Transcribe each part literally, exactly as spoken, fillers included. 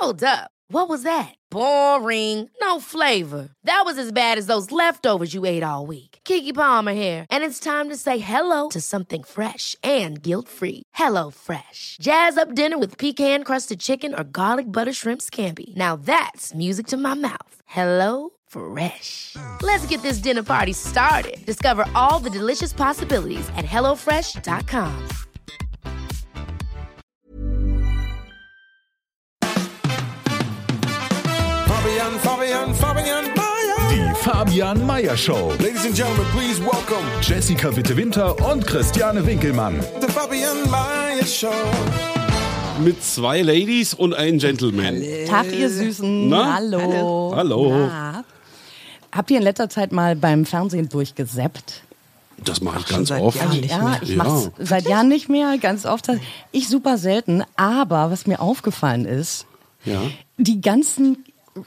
Hold up. What was that? Boring. No flavor. That was as bad as those leftovers you ate all week. Keke Palmer here. And it's time to say hello to something fresh and guilt-free. Hello Fresh. Jazz up dinner with pecan-crusted chicken or garlic butter shrimp scampi. Now that's music to my mouth. Hello Fresh. Let's get this dinner party started. Discover all the delicious possibilities at hello fresh dot com. Fabian, Fabian, Fabian Meyer. Die Fabian Meyer Show. Ladies and gentlemen, please welcome Jessica Witte-Winter und Christiane Winkelmann. the Fabian Meyer Show. Mit zwei Ladies und einem Gentleman. Tag, ihr Süßen. Na? Hallo. Hallo. Na? Habt ihr in letzter Zeit mal beim Fernsehen durchgesappt? Das mache ich ganz seit oft. Jahren nicht Ja, mehr. ich Ja. mach's seit Jahren nicht mehr, ganz oft. Ich super selten. Aber was mir aufgefallen ist, Ja. die ganzen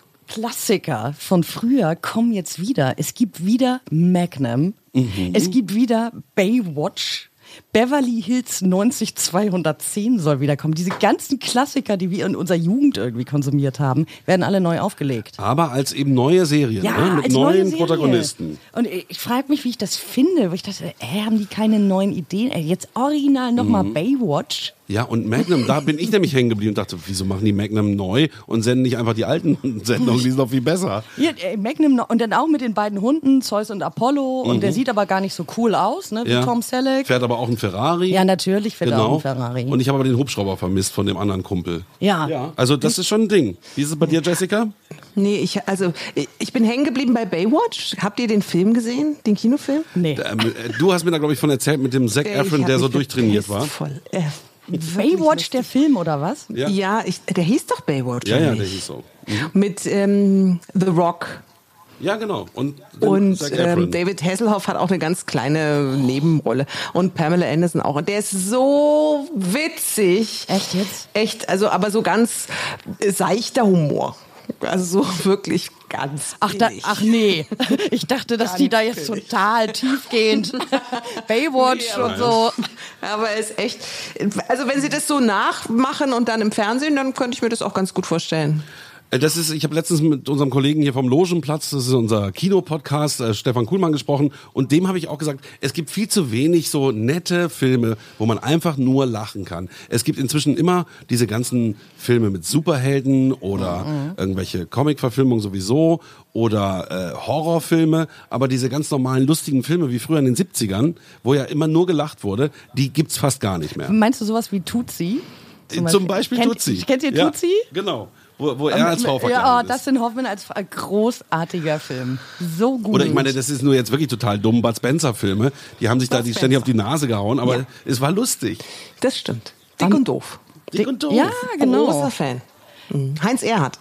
Klassiker von früher kommen jetzt wieder. Es gibt wieder Magnum. Mhm. Es gibt wieder Baywatch. Beverly Hills neunzig zweihundertzehn soll wiederkommen. Diese ganzen Klassiker, die wir in unserer Jugend irgendwie konsumiert haben, werden alle neu aufgelegt. Aber als eben neue Serien, Ja, ne? mit als neue neuen Serie. Protagonisten. Und ich, ich frage mich, wie ich das finde. Wo ich dachte, äh, haben die keine neuen Ideen? Äh, jetzt original nochmal Mhm. Baywatch. Ja, und Magnum, da bin ich nämlich hängen geblieben und dachte, wieso machen die Magnum neu und senden nicht einfach die alten Sendungen, die sind doch viel besser. Hier, äh, Magnum noch, und dann auch mit den beiden Hunden, Zeus und Apollo. Und der sieht aber gar nicht so cool aus, ne, wie Ja. Tom Selleck. Fährt aber auch ein Ferrari. Ja, natürlich fährt er Genau. auch ein Ferrari. Und ich habe aber den Hubschrauber vermisst von dem anderen Kumpel. Ja. Ja. Also das ist schon ein Ding. Wie ist es bei dir, Jessica? Nee, ich, also, ich bin hängen geblieben bei Baywatch. Habt ihr den Film gesehen? Den Kinofilm? Nee. Ähm, äh, du hast mir da, glaube ich, von erzählt mit dem Zac Ich Efron, hab der so mich durchtrainiert war. gepisst Voll. Äh, Baywatch, der Film, oder was? Ja. Ja, ich, der hieß doch Baywatch. Ja, oder ja, nicht? der hieß so. Mit ähm, The Rock. Ja, genau. Und, den Und Zac Efron. ähm, David Hasselhoff hat auch eine ganz kleine Nebenrolle. Und Pamela Anderson auch. Und der ist so witzig. Echt jetzt? Echt, also aber so ganz äh, seichter Humor. Also so wirklich ganz Ach, da, billig. ach nee, ich dachte, dass die da jetzt total tiefgehend Baywatch Nee, und so. Aber es ist echt, also wenn sie das so nachmachen und dann im Fernsehen, dann könnte ich mir das auch ganz gut vorstellen. Äh, Das ist, ich habe letztens mit unserem Kollegen hier vom Logenplatz, das ist unser Kinopodcast, äh, Stefan Kuhlmann gesprochen und dem habe ich auch gesagt, es gibt viel zu wenig so nette Filme, wo man einfach nur lachen kann. Es gibt inzwischen immer diese ganzen Filme mit Superhelden oder Mhm. irgendwelche Comic-Verfilmungen sowieso oder äh, Horrorfilme, aber diese ganz normalen lustigen Filme wie früher in den siebzigern, wo ja immer nur gelacht wurde, die gibt's fast gar nicht mehr. Meinst du sowas wie Tutsi? Zum Beispiel Kennt- Tutsi. Kennt ihr Ja, Tutsi? genau. Wo, wo er als Frau Ja, verkleidet oh, ist. Dustin Hoffman als Frau, großartiger Film. So gut. Oder ich meine, das ist nur jetzt wirklich total dumm. Bud Spencer-Filme, die haben sich da die ständig auf die Nase gehauen, aber Ja. es war lustig. Das stimmt. Dick und doof. Dick und doof. Ja, genau. Großer Fan. Mhm. Heinz Erhardt.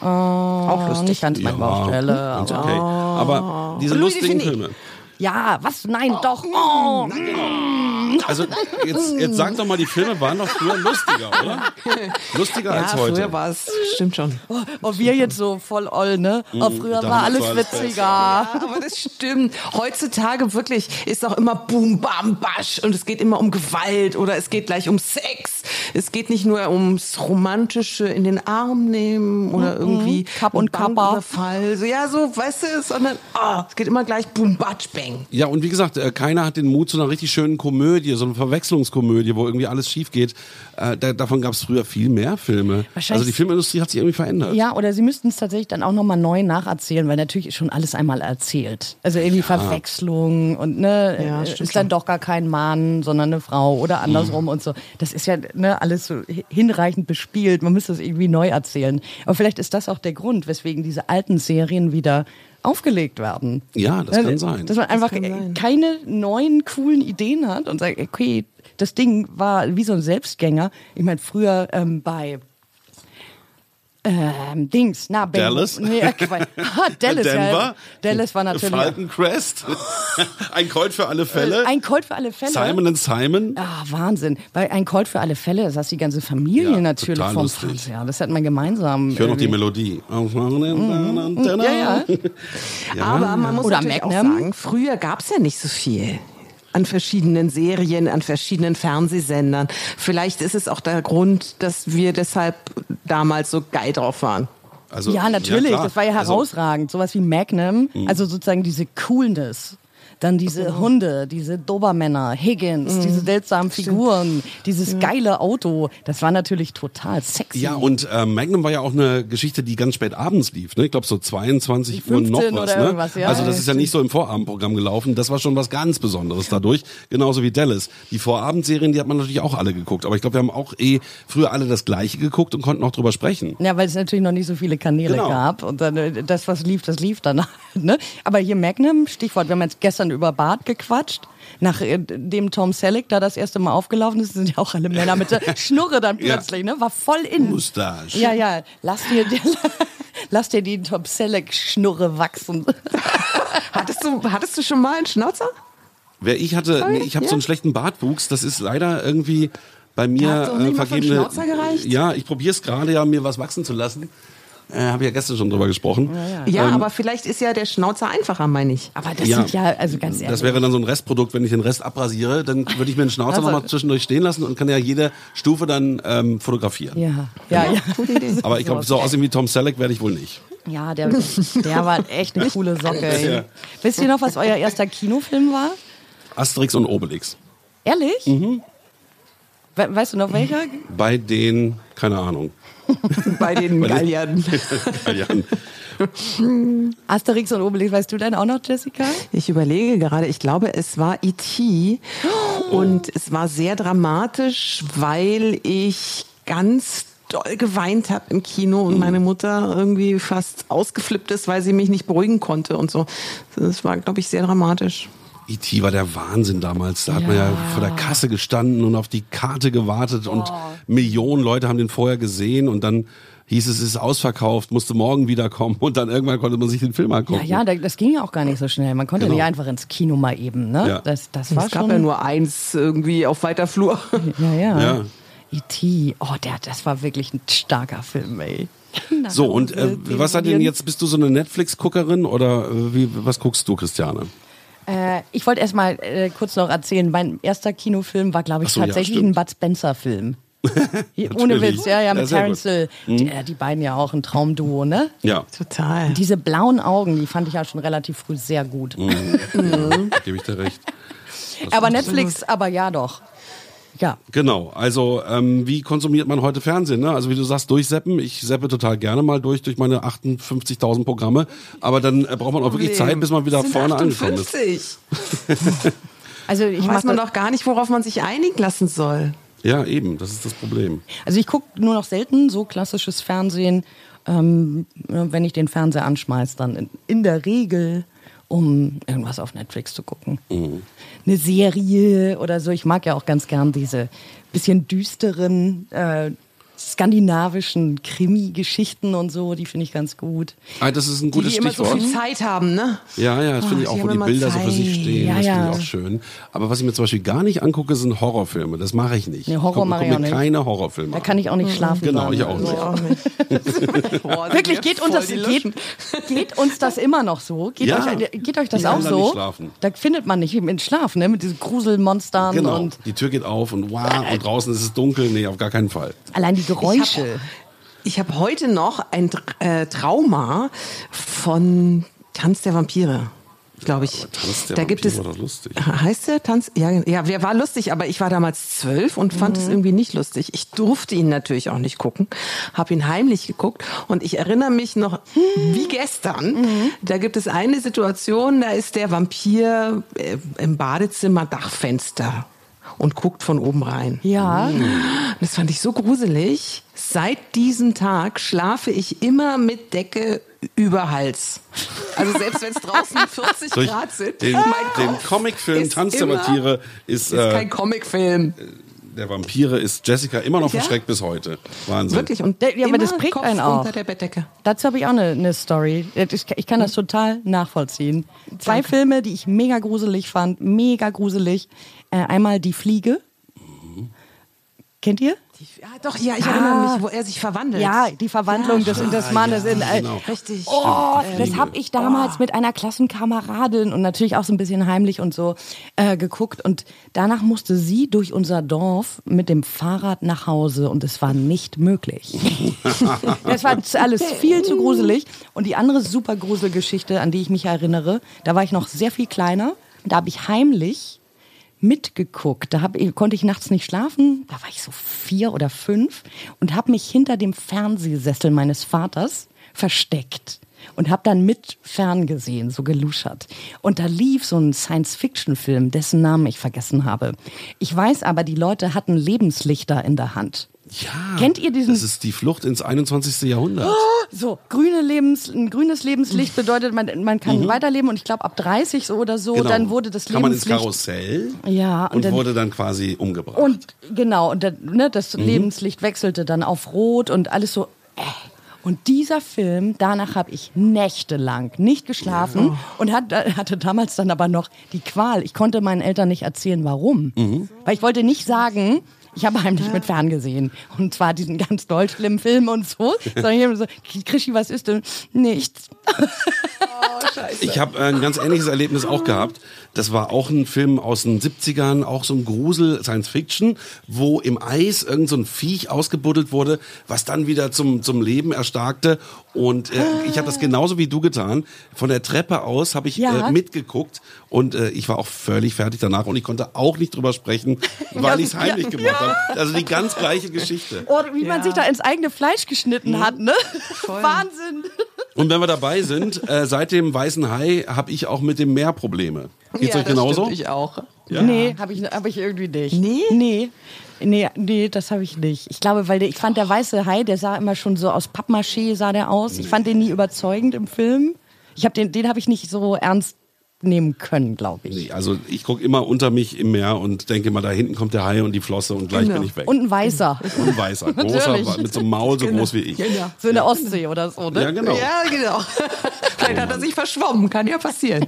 auch lustig. Nicht ganz meine Baustelle. ganz Aber okay. Aber diese Louis lustigen Define. Filme. ja, was? Nein, doch. Oh. Also jetzt, jetzt sag doch mal, die Filme waren doch früher lustiger, oder? Lustiger Ja, als heute. früher war es, stimmt schon. Und wir jetzt so voll oll, ne? Oh, früher da war war alles alles witziger. Ja, aber das stimmt. Heutzutage wirklich ist auch immer Boom, Bam, Basch und es geht immer um Gewalt oder es geht gleich um Sex. Es geht nicht nur ums romantische in den Arm nehmen oder irgendwie Kapp und Kappa. Banküberfall. So, ja, so, weißt du, sondern oh, es geht immer gleich Boom, Batsch, Bang. Ja, und wie gesagt, äh, keiner hat den Mut zu einer richtig schönen Komödie, so eine Verwechslungskomödie, wo irgendwie alles schief geht. Äh, da, davon gab es früher viel mehr Filme. Wahrscheinlich- Also die Filmindustrie hat sich irgendwie verändert. Ja, oder sie müssten es tatsächlich dann auch nochmal neu nacherzählen, weil natürlich ist schon alles einmal erzählt. Also irgendwie Verwechslung und ne, Ja, äh, stimmt ist dann schon. doch gar kein Mann, sondern eine Frau oder andersrum und so. Das ist ja ne, alles so hinreichend bespielt. Man müsste es irgendwie neu erzählen. Aber vielleicht ist das auch der Grund, weswegen diese alten Serien wieder aufgelegt werden. Ja, das Ne, kann sein. Dass man einfach kann sein. keine neuen coolen Ideen hat und sagt, okay, das Ding war wie so ein Selbstgänger. Ich meine, früher ähm, bei ähm, Dings, na, Bay- Dallas? Nee, äh, Quatsch. Ah, Dallas, ja. Denver? Dallas war natürlich. Falcon Crest? Ein Colt für alle Fälle? Ein Colt für alle Fälle. Simon and Simon? Ah, Wahnsinn. Bei Ein Colt für alle Fälle saß die ganze Familie Ja, natürlich total vom lustig. Fernseher. Das hat man gemeinsam. Ich höre noch die irgendwie- Melodie. Ja, ja. Aber man muss Oder natürlich Magnum. auch sagen, früher gab es ja nicht so viel. an verschiedenen Serien, an verschiedenen Fernsehsendern. Vielleicht ist es auch der Grund, dass wir deshalb damals so geil drauf waren. Also, Ja, natürlich, klar. das war ja Also, herausragend. Sowas wie Magnum, also sozusagen diese Coolness. Dann diese Hunde, diese Dobermänner, Higgins, diese seltsamen Figuren, dieses geile Auto. Das war natürlich total sexy. Ja, und äh, Magnum war ja auch eine Geschichte, die ganz spät abends lief. Ne? Ich glaube so zweiundzwanzig Uhr noch fünfzehn was. oder Ne? irgendwas, ja. Also das ist ja nicht so im Vorabendprogramm gelaufen. Das war schon was ganz Besonderes dadurch. Genauso wie Dallas. Die Vorabendserien, die hat man natürlich auch alle geguckt. Aber ich glaube, wir haben auch eh früher alle das Gleiche geguckt und konnten auch drüber sprechen. Ja, weil es natürlich noch nicht so viele Kanäle Genau. gab. Und dann äh, das, was lief, das lief dann. Ne? Aber hier Magnum, Stichwort, wir haben jetzt gestern über Bart gequatscht. Nachdem Tom Selleck da das erste Mal aufgelaufen ist, sind ja auch alle Männer mit der Schnurre dann Ja. plötzlich, ne? War voll in. Mustache. Ja, ja, lass dir, lass dir die Tom Selleck-Schnurre wachsen. Hattest du, hattest du schon mal einen Schnauzer? Wer ich hatte, nee, ich habe Ja. so einen schlechten Bartwuchs. Das ist leider irgendwie bei mir Hat doch nicht äh, mal für einen vergebene. Schnauzer gereicht? Ja, ich probiere es gerade ja, mir was wachsen zu lassen. Äh, habe ich ja gestern schon drüber gesprochen. Ja, Ähm, aber vielleicht ist ja der Schnauzer einfacher, meine ich. Aber das Ja. sind ja, also ganz ehrlich. Das wäre dann so ein Restprodukt, wenn ich den Rest abrasiere, dann würde ich mir den Schnauzer Also- nochmal zwischendurch stehen lassen und kann ja jede Stufe dann ähm, fotografieren. ja, ja, ja. Gute Idee. Aber ich glaube, so aussehen wie Tom Selleck werde ich wohl nicht. Ja, der, der war echt eine coole Socke. Ey. Wisst ihr noch, was euer erster Kinofilm war? Asterix und Obelix. Ehrlich? Mhm. We weißt du noch welcher? Bei den, keine Ahnung. Bei den Bei den- Galliern. Galliern. Asterix und Obelix, weißt du denn auch noch, Jessica? Ich überlege gerade, ich glaube, es war E T und es war sehr dramatisch, weil ich ganz doll geweint habe im Kino und meine Mutter irgendwie fast ausgeflippt ist, weil sie mich nicht beruhigen konnte und so. Das war, glaube ich, sehr dramatisch. E T war der Wahnsinn damals. Da hat man ja vor der Kasse gestanden und auf die Karte gewartet und Millionen Leute haben den vorher gesehen und dann hieß es, es ist ausverkauft, musste morgen wiederkommen und dann irgendwann konnte man sich den Film Ja, angucken. ja, da- das ging ja auch gar nicht so schnell. Man konnte Genau. nicht einfach ins Kino mal eben, ne? Ja. Das, das war Es gab schon. ja nur eins irgendwie auf weiter Flur. Ja, ja. Ja. E T Oh, der, das war wirklich ein starker Film, ey. So, und äh, was hat denn jetzt, bist du so eine Netflix-Guckerin oder äh, wie, was guckst du, Christiane? Äh, ich wollte erst mal äh, kurz noch erzählen, mein erster Kinofilm war, glaube ich, Ach so, ja, tatsächlich stimmt. ein Bud Spencer-Film. Ohne Natürlich. Witz, ja, ja, mit Ja, sehr Terence gut. Hill. Die, äh, die beiden ja auch ein Traumduo, ne? Ja, Total. Diese blauen Augen, die fand ich ja schon relativ früh sehr gut. gebe ich dir recht. Aber Netflix, aber ja doch. Ja. Genau, also ähm, wie konsumiert man heute Fernsehen? Ne? Also wie du sagst, durchseppen. Ich seppe total gerne mal durch durch meine achtundfünfzigtausend Programme. Aber dann äh, braucht man auch wirklich Zeit, bis man wieder Sind vorne angekommen ist. achtundfünfzig. Also ich Weiß mach man das- doch gar nicht, worauf man sich einigen lassen soll. Ja, eben, das ist das Problem. Also ich gucke nur noch selten so klassisches Fernsehen. Ähm, wenn ich den Fernseher anschmeiß, dann in, in der Regel, um irgendwas auf Netflix zu gucken. Mhm. Eine Serie oder so. Ich mag ja auch ganz gern diese bisschen düsteren, äh, skandinavischen Krimi-Geschichten und so. Die finde ich ganz gut. Ah, das ist ein Die, gutes die immer so Stichwort. viel Zeit haben, ne? Ja, ja, das Oh, finde ich die auch, haben wo die immer Bilder so für sich Zeit. stehen. Ja, das finde ja. ich auch schön. Aber was ich mir zum Beispiel gar nicht angucke, sind Horrorfilme. Das mache ich nicht. Nee, Horror Guck- mache ich guck auch mir nicht. keine Horrorfilme Da an. kann ich auch nicht schlafen. Genau, dann. ich auch nicht. Auch nicht. Boah, sind Wirklich, wir geht uns, voll das, die geht, Luschen. geht uns das immer noch so? Geht, Ja. euch, geht euch das Ich auch kann da so? nicht schlafen. Da findet man nicht im Schlaf, ne? Mit diesen Gruselmonstern Genau, und die Tür geht auf und wow, und draußen ist es dunkel. Nee, auf gar keinen Fall. allein die Geräusche. Ich habe heute noch ein äh, Trauma von Tanz der Vampire, glaube ich. Tanz der da gibt Vampire es, war doch lustig. Heißt der Tanz? Ja, ja, wer war lustig, aber ich war damals zwölf und fand Mhm. es irgendwie nicht lustig. Ich durfte ihn natürlich auch nicht gucken, habe ihn heimlich geguckt und ich erinnere mich noch wie gestern. Mhm. Da gibt es eine Situation, da ist der Vampir äh, im Badezimmer Dachfenster und guckt von oben rein. Ja. Das fand ich so gruselig. Seit diesem Tag schlafe ich immer mit Decke über Hals. Also selbst wenn es draußen vierzig Durch Grad sind. den, mein den Kopf Comicfilm ist Tanz der immer- Vampire ist, Ist äh, kein Comicfilm. der Vampire ist Jessica immer noch Ja? verschreckt bis heute. Wahnsinn. Wirklich. Und Ja, aber das immer prägt Kopf einen auch. unter der Bettdecke. Dazu habe ich auch eine, eine Story. Ich, ich kann das total nachvollziehen. Zwei Filme, die ich mega gruselig fand. Mega gruselig. Äh, einmal Die Fliege. Kennt ihr? Ja, doch, ja, ich erinnere mich, wo er sich verwandelt. Ja, die Verwandlung Ja, des, des Mannes. ja, in, äh, genau. Richtig. Oh, Ähm, das habe ich damals mit einer Klassenkameradin und natürlich auch so ein bisschen heimlich und so äh, geguckt. Und danach musste sie durch unser Dorf mit dem Fahrrad nach Hause und es war nicht möglich. Das war alles viel zu gruselig. Und die andere super Gruselgeschichte, an die ich mich erinnere, da war ich noch sehr viel kleiner. Da habe ich heimlich mitgeguckt. Da hab, konnte ich nachts nicht schlafen. Da war ich so vier oder fünf und habe mich hinter dem Fernsehsessel meines Vaters versteckt und habe dann mit ferngesehen, so geluschert. Und da lief so ein Science-Fiction-Film, dessen Namen ich vergessen habe. Ich weiß aber, die Leute hatten Lebenslichter in der Hand. Ja, Kennt ihr diesen? Das ist die Flucht ins einundzwanzigste. Jahrhundert. So, grüne Lebens, ein grünes Lebenslicht bedeutet, man, man kann weiterleben. Und ich glaube, ab dreißig so oder so, Genau. dann wurde das Kam man ins Lebenslicht... Karussell Ja, und und, dann- wurde dann quasi umgebracht. Und genau, und da, ne, das Lebenslicht wechselte dann auf Rot und alles so. Äh. Und dieser Film, danach habe ich nächtelang nicht geschlafen und hat, hatte damals dann aber noch die Qual. Ich konnte meinen Eltern nicht erzählen, warum. Weil ich wollte nicht sagen, ich habe heimlich mit ferngesehen. Und zwar diesen ganz doll schlimmen Film und so. Sondern ich habe so, Krischi, was ist denn? Nichts. Ich habe ein ganz ähnliches Erlebnis auch gehabt. Das war auch ein Film aus den siebzigern, auch so ein Grusel, Science Fiction, wo im Eis irgend so ein Viech ausgebuddelt wurde, was dann wieder zum, zum Leben erstarkte. Und äh, ich habe das genauso wie du getan. Von der Treppe aus habe ich Ja. äh, mitgeguckt und äh, ich war auch völlig fertig danach und ich konnte auch nicht drüber sprechen, weil ich es heimlich gemacht habe. Also die ganz gleiche Geschichte. Oder wie man Ja. sich da ins eigene Fleisch geschnitten hat, ne? Wahnsinn. Und wenn wir dabei sind, äh, seit dem Weißen Hai habe ich auch mit dem Meer Probleme. Geht's ja, euch genauso? Das stimmt, ich auch. Nee, habe ich, hab ich irgendwie nicht. Nee? Nee. Nee, nee, das habe ich nicht. Ich glaube, weil der, ich fand der weiße Hai, der sah immer schon so aus Pappmaché sah der aus. Ich fand den nie überzeugend im Film. Ich habe den, den habe ich nicht so ernst nehmen können, glaube ich. Nee, also ich gucke immer unter mich im Meer und denke mal, da hinten kommt der Hai und die Flosse und gleich Genau. bin ich weg. Und ein weißer. Und ein weißer, großer, Natürlich. mit so einem Maul so groß wie ich. Genau. So in der Ostsee oder so, ne? Ja, genau. Ja, genau. Vielleicht hat er sich verschwommen, kann ja passieren.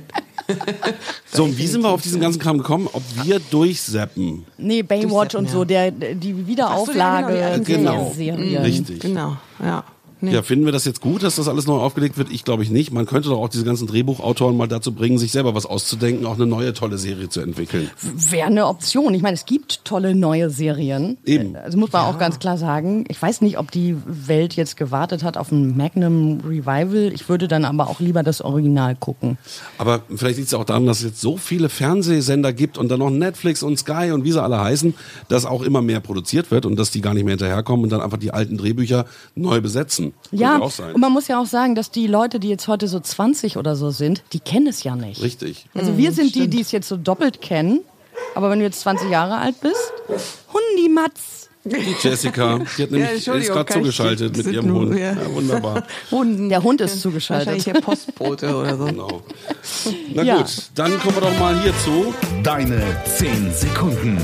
So, und wie sind wir auf diesen ganzen Kram gekommen? Ob wir durchseppen? Nee, Baywatch Durchsetzen, und so, der, die Wiederauflage Ach so, ja, genau, die alten Genau. Serie. Richtig. Genau, ja. Nee. Ja, finden wir das jetzt gut, dass das alles neu aufgelegt wird? Ich glaube ich nicht. Man könnte doch auch diese ganzen Drehbuchautoren mal dazu bringen, sich selber was auszudenken, auch eine neue tolle Serie zu entwickeln. Wäre eine Option. Ich meine, es gibt tolle neue Serien. Eben. Also muss man auch ganz klar sagen. Ich weiß nicht, ob die Welt jetzt gewartet hat auf ein Magnum Revival. Ich würde dann aber auch lieber das Original gucken. Aber vielleicht liegt es auch daran, dass es jetzt so viele Fernsehsender gibt und dann noch Netflix und Sky und wie sie alle heißen, dass auch immer mehr produziert wird und dass die gar nicht mehr hinterherkommen und dann einfach die alten Drehbücher neu besetzen. Ja, Könnte auch sein. und man muss ja auch sagen, dass die Leute, die jetzt heute so zwanzig oder so sind, die kennen es ja nicht. Richtig. Also wir sind die, die es jetzt so doppelt kennen. Aber wenn du jetzt zwanzig Jahre alt bist, Hundimatz. Die Jessica, die hat nämlich, die ist Entschuldigung, gerade kann ich- zugeschaltet mit sind ihrem nur- Hund. ja. Ja, wunderbar. Hunden. Der Hund ist zugeschaltet. Wahrscheinlich der Postbote oder so. Genau. Na Ja. gut, dann kommen wir doch mal hier zu. Deine zehn Sekunden.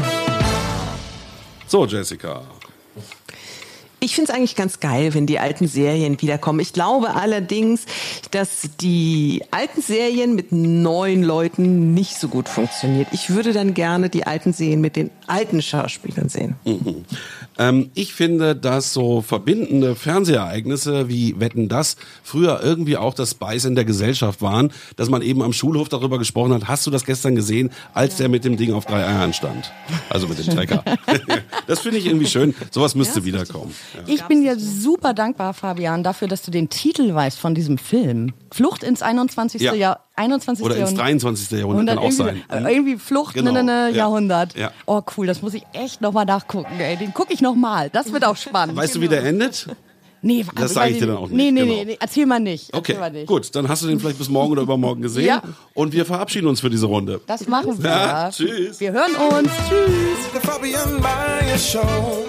So, Jessica. Ich finde es eigentlich ganz geil, wenn die alten Serien wiederkommen. Ich glaube allerdings, dass die alten Serien mit neuen Leuten nicht so gut funktioniert. Ich würde dann gerne die alten Serien mit den alten Schauspielern sehen. Mhm. Ähm, ich finde, dass so verbindende Fernsehereignisse wie Wetten, dass früher irgendwie auch das Spice in der Gesellschaft waren, dass man eben am Schulhof darüber gesprochen hat, hast du das gestern gesehen, als der mit dem Ding auf drei Eiern stand? Also mit dem Trecker. Das finde ich irgendwie schön. Sowas müsste wiederkommen. Ich bin dir super dankbar, Fabian, dafür, dass du den Titel weißt von diesem Film. Flucht ins einundzwanzigste. Ja. Jahr, einundzwanzigste. Oder ins Jahrhundert. dreiundzwanzigste. Jahrhundert kann auch irgendwie, sein. äh, irgendwie Flucht, Genau. ne, ne, ne, Ja. Jahrhundert. Ja. Oh, cool, das muss ich echt nochmal nachgucken, ey. Den gucke ich nochmal. Das wird auch spannend. Weißt du, wie der endet? Nee, Das also, sag ich weiß dir dann auch nicht, Nee, nee, genau. nee, nee, erzähl mal nicht. Okay, Erzähl mal nicht. gut. Dann hast du den vielleicht bis morgen oder übermorgen gesehen. Ja. Und wir verabschieden uns für diese Runde. Das machen wir. Ja, tschüss. Wir hören uns. Tschüss. The Fabian Meyer Show.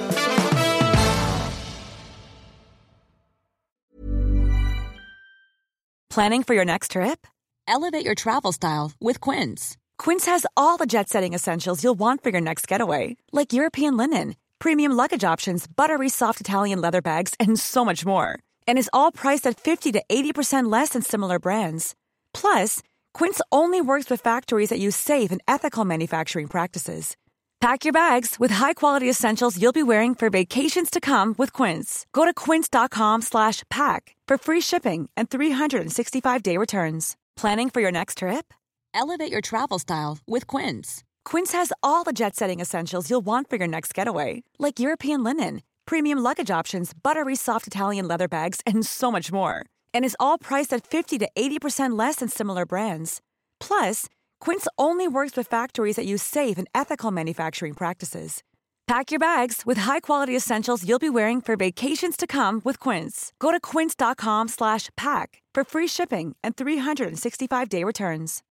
Planning for your next trip? Elevate your travel style with Quince. Quince has all the jet-setting essentials you'll want for your next getaway, like European linen, premium luggage options, buttery soft Italian leather bags, and so much more. And is all priced at fifty to eighty percent less than similar brands. Plus, Quince only works with factories that use safe and ethical manufacturing practices. Pack your bags with high-quality essentials you'll be wearing for vacations to come with Quince. Go to quince.com slash pack for free shipping and three sixty-five day returns. Planning for your next trip? Elevate your travel style with Quince. Quince has all the jet-setting essentials you'll want for your next getaway, like European linen, premium luggage options, buttery soft Italian leather bags, and so much more. And is all priced at fifty to eighty percent less than similar brands. Plus, Quince only works with factories that use safe and ethical manufacturing practices. Pack your bags with high-quality essentials you'll be wearing for vacations to come with Quince. Go to quince.com slash pack for free shipping and three sixty-five day returns.